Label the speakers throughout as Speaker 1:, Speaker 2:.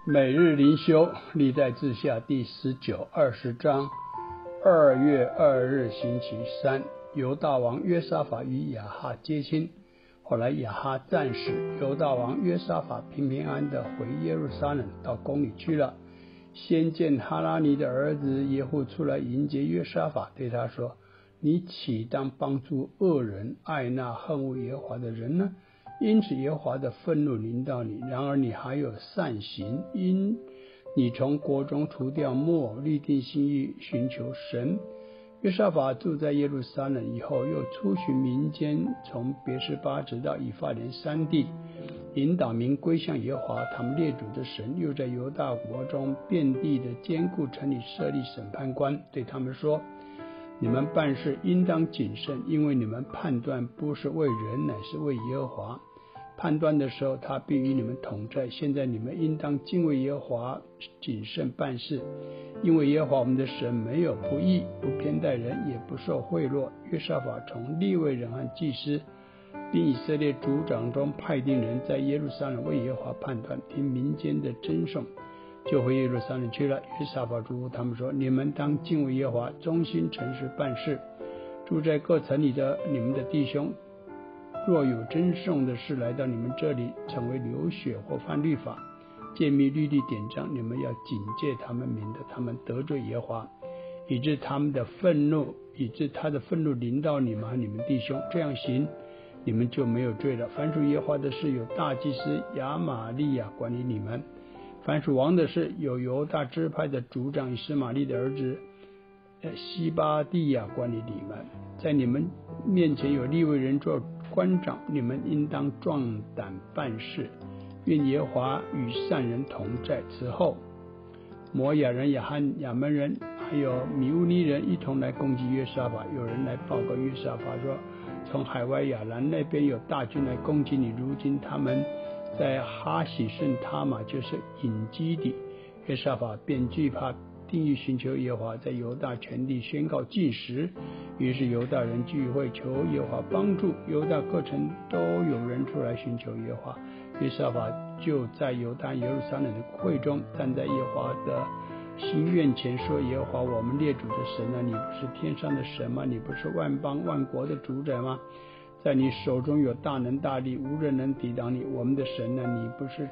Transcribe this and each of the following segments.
Speaker 1: 每日灵修，历代志下第19、20章。2月2日星期三，犹大王约沙法与亚哈接亲。后来亚哈战死，犹大王约沙法平平安的回耶路撒冷，到宫里去了。先见哈拉尼的儿子耶户出来迎接约沙法，对他说：你岂当帮助恶人，爱那恨恶耶和华的人呢？因此耶和华的愤怒临到你，然而你还有善行，因你从国中除掉木偶，立定心意寻求神。约沙法住在耶路撒冷以后，又出巡民间，从别是巴直到以法莲山地，引导民归向耶和华他们列祖的神。又在犹大国中遍地的坚固城里设立审判官，对他们说：你们办事应当谨慎，因为你们判断不是为人，乃是为耶和华。判断的时候，他必与你们同在。现在你们应当敬畏耶和华，谨慎办事，因为耶和华我们的神没有不义，不偏待人，也不受贿赂。约沙法从利未人和祭司，并以色列族长中派定人，在耶路撒冷为耶和华判断，听民间的争讼，就回耶路撒冷去了。约沙法嘱咐他们说：你们当敬畏耶和华，忠心诚实办事。住在各城里的你们的弟兄，若有争讼的事来到你们这里，成为流血或犯律法，诫命律例典章，你们要警戒他们，免得他们得罪耶和华，以致他的愤怒临到你们和你们弟兄。这样行，你们就没有罪了。凡属耶和华的事，有大祭司亚玛利亚管理你们；凡属王的事，有犹大支派的族长以实玛利的儿子西巴地亚管理你们。在你们面前有利未人做官长，你们应当壮胆办事。愿耶和华与善人同在。此后，摩亚人、亚门人还有米乌尼人一同来攻击约沙法。有人来报告约沙法说，从海外亚兰那边有大军来攻击你，如今他们在哈喜圣他玛，就是隐基底。约沙法便惧怕，定义寻求耶和华，在犹大全地宣告禁食。于是犹大人聚会求耶和华帮助，犹大各城都有人出来寻求耶和华。约沙法就在犹大耶路撒冷的会中，站在耶和华的新院前说：耶和华我们列祖的神啊，你不是天上的神吗？你不是万邦万国的主宰吗？在你手中有大能大力，无人能抵挡你。我们的神啊，你不是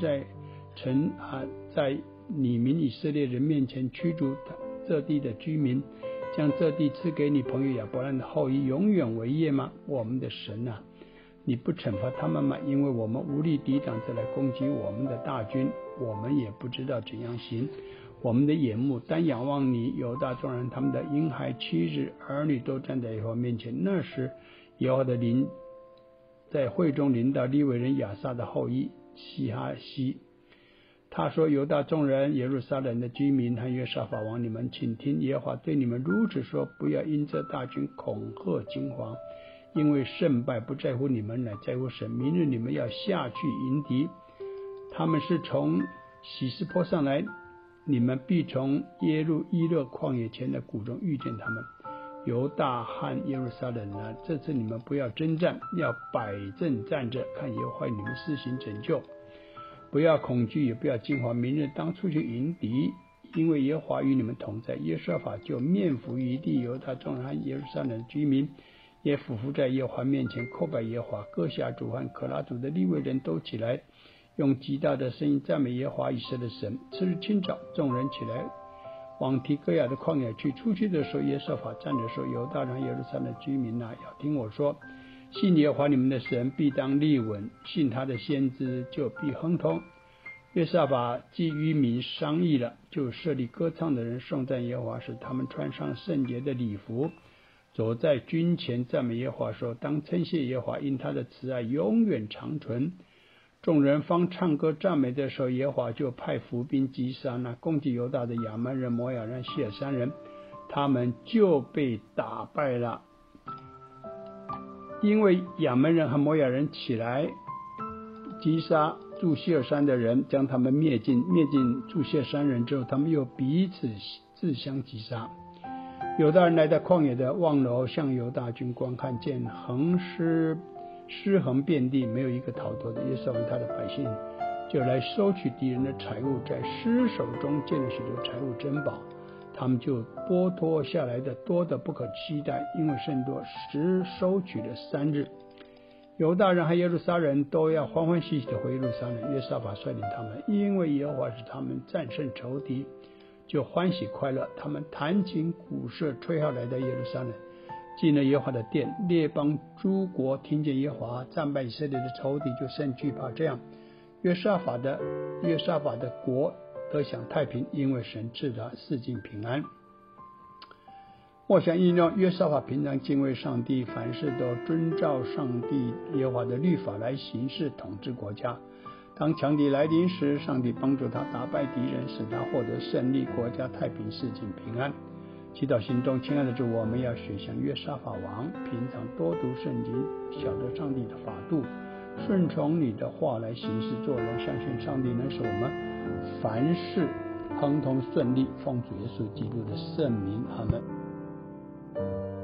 Speaker 1: 在你民以色列人面前驱逐这地的居民，将这地赐给你朋友亚伯兰的后裔，永远为业吗？我们的神啊，你不惩罚他们吗？因为我们无力抵挡这来攻击我们的大军，我们也不知道怎样行。我们的眼目单仰望你。犹大众人他们的婴孩、妻子、儿女都站在耶和华面前。那时耶和华的灵在会中临到利未人亚萨的后裔希哈西。他说：犹大众人、耶路撒冷的居民和约沙法王，你们请听，耶和华对你们如此说：不要因这大军恐吓惊惶，因为胜败不在乎你们，乃在乎神。明日你们要下去迎敌，他们是从喜斯坡上来，你们必从耶路伊勒旷野前的谷中遇见他们。犹大和耶路撒冷啊，这次你们不要征战，要摆阵站着，看耶和华你们施行拯救。不要恐惧，也不要惊惶，明日当出去迎敌，因为耶和华与你们同在。约沙法就面伏于地，犹大众人和耶路撒冷的居民也俯伏在耶和华面前叩拜耶和华。各辖族和可拉族的利未人都起来，用极大的声音赞美耶和华以色列的神。次日清早，众人起来往提哥亚的旷野去。出去的时候，约沙法站着说：犹大人、耶路撒冷的居民啊，要听我说，信耶和华你们的神，必当立稳；信他的先知，就必亨通。约沙法既与民商议了，就设立歌唱的人颂赞耶和华，使他们穿上圣洁的礼服，走在军前赞美耶和华，说：当称谢耶和华，因他的慈爱永远长存。众人方唱歌赞美的时候，耶和华就派伏兵击杀那攻击犹大的亚门人、摩亚人、希尔山人，他们就被打败了。因为亚门人和摩亚人起来击杀住希尔山的人，将他们灭尽住希尔山人之后，他们又彼此自相击杀。犹大人来到旷野的望楼，向犹大军观看，见尸横遍地，没有一个逃脱的。耶稣问他的百姓就来收取敌人的财物，在尸首中见了许多财物珍宝，他们就剥脱下来的多得不可期待，因为甚多，实收取了3日。犹大人和耶路撒冷人都要欢欢喜喜的回耶路撒冷。约沙法率领他们，因为耶和华使他们战胜仇敌，就欢喜快乐。他们弹琴鼓瑟，吹号来到耶路撒冷，进了耶和华的殿。列邦诸国听见耶和华战败以色列的仇敌，就甚惧怕。这样，约沙法的国得享太平，因为神赐他四境平安。我想应用约沙法平常敬畏上帝，凡事都遵照上帝耶和华的律法来行事，统治国家。当强敌来临时，上帝帮助他打败敌人，使他获得胜利，国家太平，四境平安。祈祷行动，亲爱的主，我们要学像约沙法王，平常多读圣经，晓得上帝的法度，顺从你的话来行事做人，相信上帝能使我们凡事亨通顺利，奉主耶稣基督的圣名，阿们。